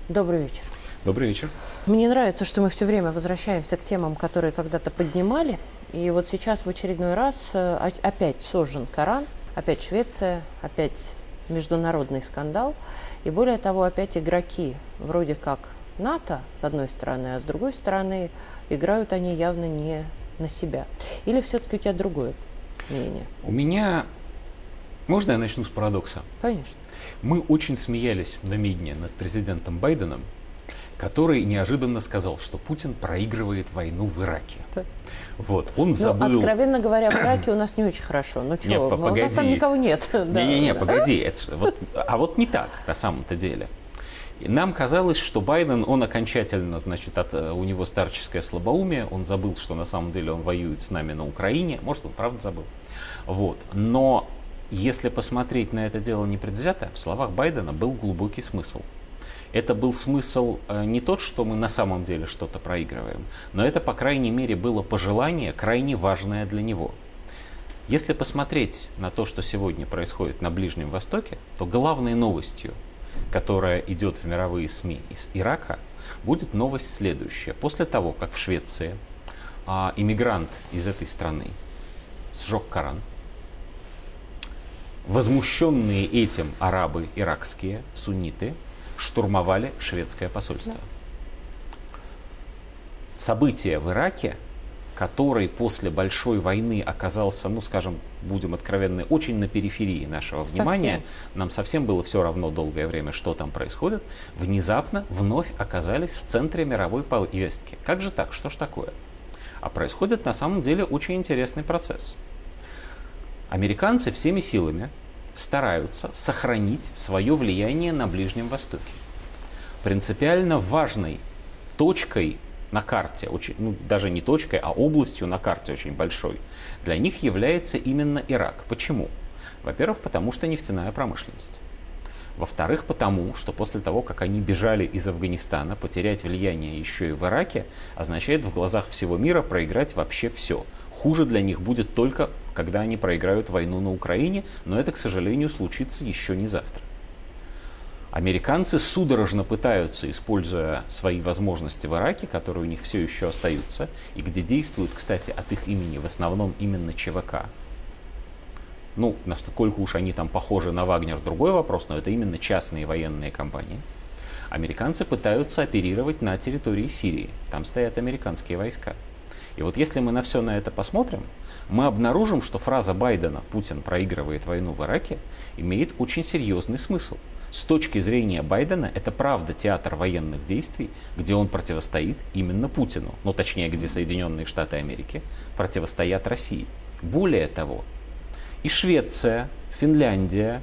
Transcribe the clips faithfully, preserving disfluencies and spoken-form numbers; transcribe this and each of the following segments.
Добрый вечер. Добрый вечер. Мне нравится, что мы все время возвращаемся к темам, которые когда-то поднимали. И вот сейчас в очередной раз опять сожжен Коран, опять Швеция, опять международный скандал. И более того, опять игроки вроде как НАТО, с одной стороны, а с другой стороны, играют они явно не на себя. Или все-таки у тебя другое мнение? У меня... Можно я начну с парадокса? Конечно. Мы очень смеялись на Мидне над президентом Байденом, который неожиданно сказал, что Путин проигрывает войну в Ираке. Да. Вот, он забыл... Ну, откровенно говоря, в Ираке у нас не очень хорошо. Ну что, у нас там никого нет. Не-не-не, погоди. Это, вот, а вот не так, на самом-то деле. И нам казалось, что Байден, он окончательно, значит, от, у него старческое слабоумие, он забыл, что на самом деле он воюет с нами на Украине. Может, он правда забыл. Вот. Но если посмотреть на это дело непредвзято, в словах Байдена был глубокий смысл. Это был смысл не тот, что мы на самом деле что-то проигрываем, но это, по крайней мере, было пожелание, крайне важное для него. Если посмотреть на то, что сегодня происходит на Ближнем Востоке, то главной новостью, которая идет в мировые СМИ из Ирака, будет новость следующая. После того, как в Швеции а, иммигрант из этой страны сжег Коран, возмущенные этим арабы иракские, сунниты, штурмовали шведское посольство. Да. События в Ираке, который после большой войны оказался, ну скажем, будем откровенны, очень на периферии нашего внимания, совсем. Нам совсем было все равно долгое время, что там происходит, внезапно вновь оказались в центре мировой повестки. Как же так? Что ж такое? А происходит на самом деле очень интересный процесс. Американцы всеми силами стараются сохранить свое влияние на Ближнем Востоке. Принципиально важной точкой на карте, очень, ну, даже не точкой, а областью на карте очень большой, для них является именно Ирак. Почему? Во-первых, потому что нефтяная промышленность. Во-вторых, потому что после того, как они бежали из Афганистана, потерять влияние еще и в Ираке означает в глазах всего мира проиграть вообще все. Хуже для них будет только, когда они проиграют войну на Украине, но это, к сожалению, случится еще не завтра. Американцы судорожно пытаются, используя свои возможности в Ираке, которые у них все еще остаются, и где действуют, кстати, от их имени в основном именно ЧВК. Ну, насколько уж они там похожи на Вагнер, другой вопрос, но это именно частные военные компании. Американцы пытаются оперировать на территории Сирии. Там стоят американские войска. И вот если мы на все на это посмотрим, мы обнаружим, что фраза Байдена «Путин проигрывает войну в Ираке» имеет очень серьезный смысл. С точки зрения Байдена, это правда театр военных действий, где он противостоит именно Путину, ну точнее, где Соединенные Штаты Америки противостоят России. Более того, и Швеция, Финляндия,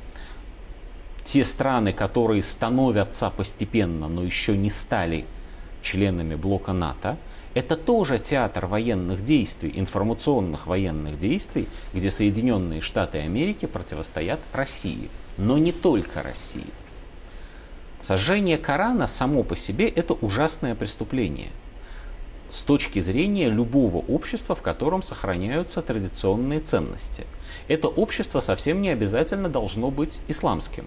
те страны, которые становятся постепенно, но еще не стали членами блока НАТО, это тоже театр военных действий, информационных военных действий, где Соединенные Штаты Америки противостоят России, но не только России. Сожжение Корана само по себе это ужасное преступление с точки зрения любого общества, в котором сохраняются традиционные ценности. Это общество совсем не обязательно должно быть исламским.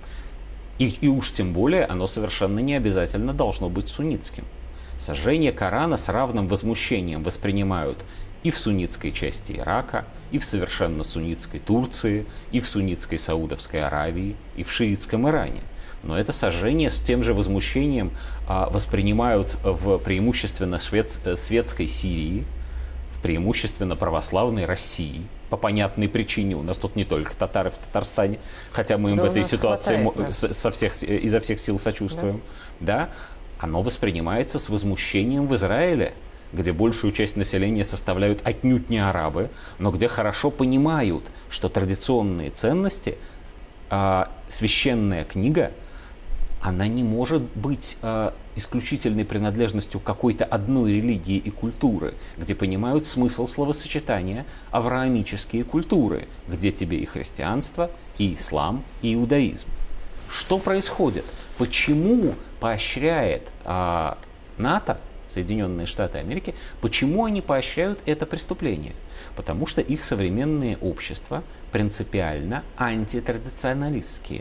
И, и уж тем более оно совершенно не обязательно должно быть суннитским. Сожжение Корана с равным возмущением воспринимают и в суннитской части Ирака, и в совершенно суннитской Турции, и в суннитской Саудовской Аравии, и в шиитском Иране. Но это сожжение с тем же возмущением а, воспринимают в преимущественно швед, светской Сирии, в преимущественно православной России. По понятной причине. У нас тут не только татары в Татарстане, хотя мы им да в этой ситуации хватает, да. со всех, изо всех сил сочувствуем. Да. Да? Оно воспринимается с возмущением в Израиле, где большую часть населения составляют отнюдь не арабы, но где хорошо понимают, что традиционные ценности, э, священная книга, она не может быть э, исключительной принадлежностью какой-то одной религии и культуры, где понимают смысл словосочетания авраамические культуры, где тебе и христианство, и ислам, и иудаизм. Что происходит? Почему поощряет а, НАТО, Соединенные Штаты Америки, почему они поощряют это преступление? Потому что их современные общества принципиально антитрадиционалистские.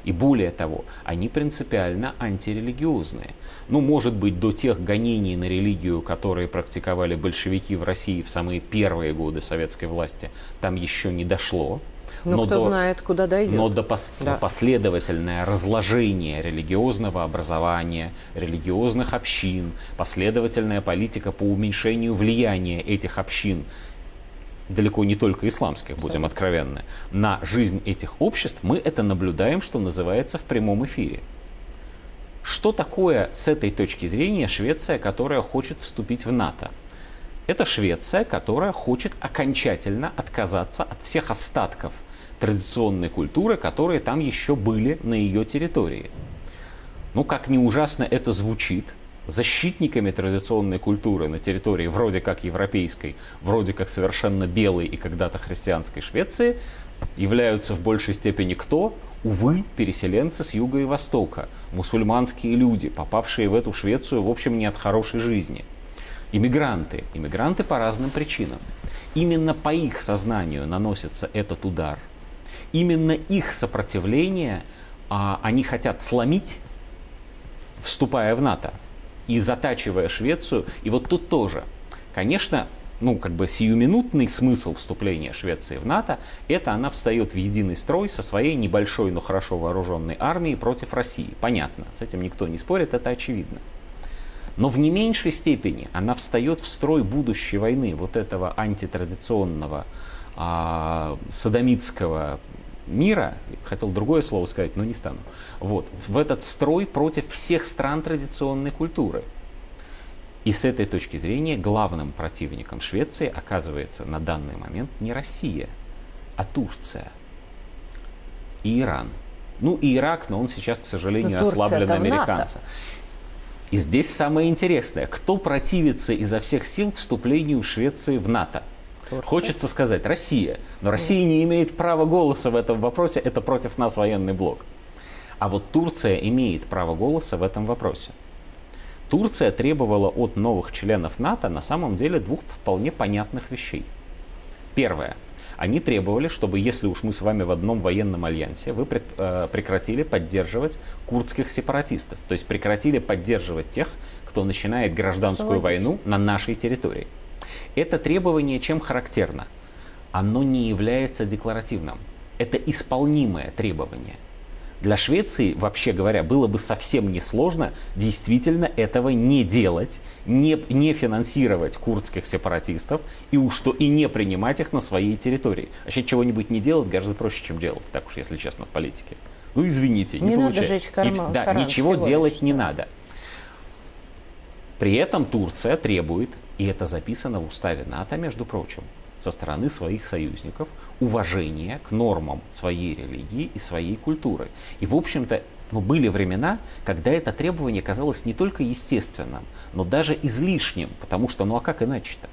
И более того, они принципиально антирелигиозные. Ну, может быть, до тех гонений на религию, которые практиковали большевики в России в самые первые годы советской власти, там еще не дошло. Ну, но кто до, знает, куда дойдет. Но до пос, да. последовательное разложение религиозного образования, религиозных общин, последовательная политика по уменьшению влияния этих общин, далеко не только исламских, будем откровенны, на жизнь этих обществ, мы это наблюдаем, что называется, в прямом эфире. Что такое с этой точки зрения Швеция, которая хочет вступить в НАТО? Это Швеция, которая хочет окончательно отказаться от всех остатков традиционной культуры, которые там еще были на ее территории. Ну, как ни ужасно это звучит, защитниками традиционной культуры на территории вроде как европейской, вроде как совершенно белой и когда-то христианской Швеции являются в большей степени кто? Увы, переселенцы с юга и востока, мусульманские люди, попавшие в эту Швецию, в общем, не от хорошей жизни. Иммигранты. Иммигранты по разным причинам. Именно по их сознанию наносится этот удар. Именно их сопротивление а, они хотят сломить, вступая в НАТО и затачивая Швецию. И вот тут тоже, конечно, ну, как бы сиюминутный смысл вступления Швеции в НАТО, это она встает в единый строй со своей небольшой, но хорошо вооруженной армией против России. Понятно, с этим никто не спорит, это очевидно. Но в не меньшей степени она встает в строй будущей войны, вот этого антитрадиционного, а, содомитского мира, хотел другое слово сказать, но не стану, вот, в этот строй против всех стран традиционной культуры. И с этой точки зрения главным противником Швеции оказывается на данный момент не Россия, а Турция и Иран. Ну и Ирак, но он сейчас, к сожалению, ослаблен американцами. И здесь самое интересное, кто противится изо всех сил вступлению Швеции в НАТО? Турция. Хочется сказать Россия, но Россия не имеет права голоса в этом вопросе, это против нас военный блок. А вот Турция имеет право голоса в этом вопросе. Турция требовала от новых членов НАТО на самом деле двух вполне понятных вещей. Первое. Они требовали, чтобы, если уж мы с вами в одном военном альянсе, вы пред, э, прекратили поддерживать курдских сепаратистов. То есть прекратили поддерживать тех, кто начинает гражданскую войну на нашей территории. Это требование чем характерно? Оно не является декларативным. Это исполнимое требование. Для Швеции, вообще говоря, было бы совсем несложно действительно этого не делать, не, не финансировать курдских сепаратистов и уж что и не принимать их на своей территории. Вообще чего-нибудь не делать гораздо проще, чем делать, так уж если честно, в политике. Ну извините, не, не получается. Надо жечь карма, и, да, Коран, ничего делать лишь, не да. надо. При этом Турция требует, и это записано в уставе НАТО, между прочим, со стороны своих союзников, уважения к нормам своей религии и своей культуры. И, в общем-то, ну, были времена, когда это требование казалось не только естественным, но даже излишним, потому что, ну а как иначе-то?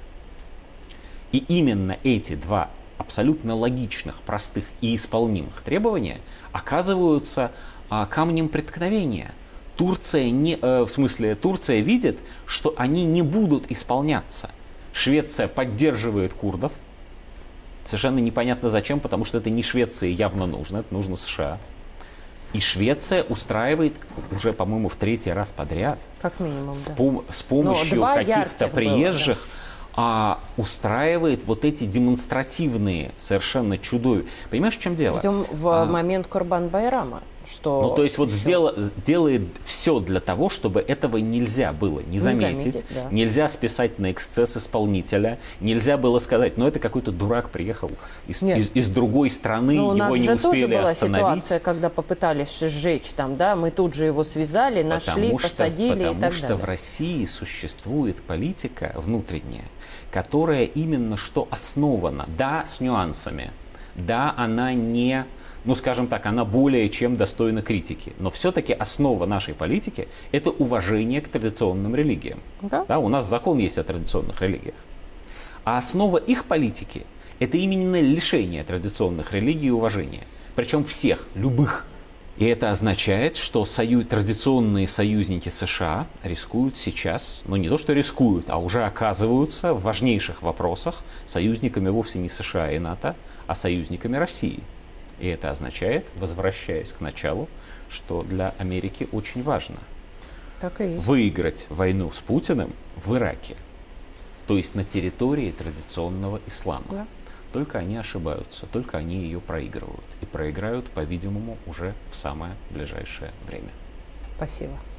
И именно эти два абсолютно логичных, простых и исполнимых требования оказываются а, камнем преткновения. Турция, не, э, в смысле, Турция видит, что они не будут исполняться. Швеция поддерживает курдов. Совершенно непонятно зачем, потому что это не Швеции явно нужно, это нужно США. И Швеция устраивает уже, по-моему, в третий раз подряд как минимум, с, да. пом- с помощью каких-то приезжих было, да. а, устраивает вот эти демонстративные, совершенно чудовищные. Понимаешь, в чем дело? Идем в а, момент Курбан-Байрама. Что ну, то есть вот еще? сдела, делает все для того, чтобы этого нельзя было не, не заметить, заметить, да. Нельзя списать на эксцесс исполнителя, нельзя было сказать, ну это какой-то дурак приехал из, из, из другой страны, ну, его не успели остановить. У нас же тоже была остановить. ситуация, когда попытались сжечь там, да, мы тут же его связали, нашли, потому что, посадили потому и так что далее. в России существует политика внутренняя, которая именно что основана, да, с нюансами, да, она не... ну, скажем так, она более чем достойна критики. Но все-таки основа нашей политики – это уважение к традиционным религиям. Да. Да, у нас закон есть о традиционных религиях. А основа их политики – это именно лишение традиционных религий и уважения. Причем всех, любых. И это означает, что сою... традиционные союзники США рискуют сейчас, ну не то что рискуют, а уже оказываются в важнейших вопросах союзниками вовсе не США и НАТО, а союзниками России. И это означает, возвращаясь к началу, что для Америки очень важно Так и есть. выиграть войну с Путиным в Ираке, то есть на территории традиционного ислама. Да. Только они ошибаются, только они ее проигрывают. И проиграют, по-видимому, уже в самое ближайшее время. Спасибо.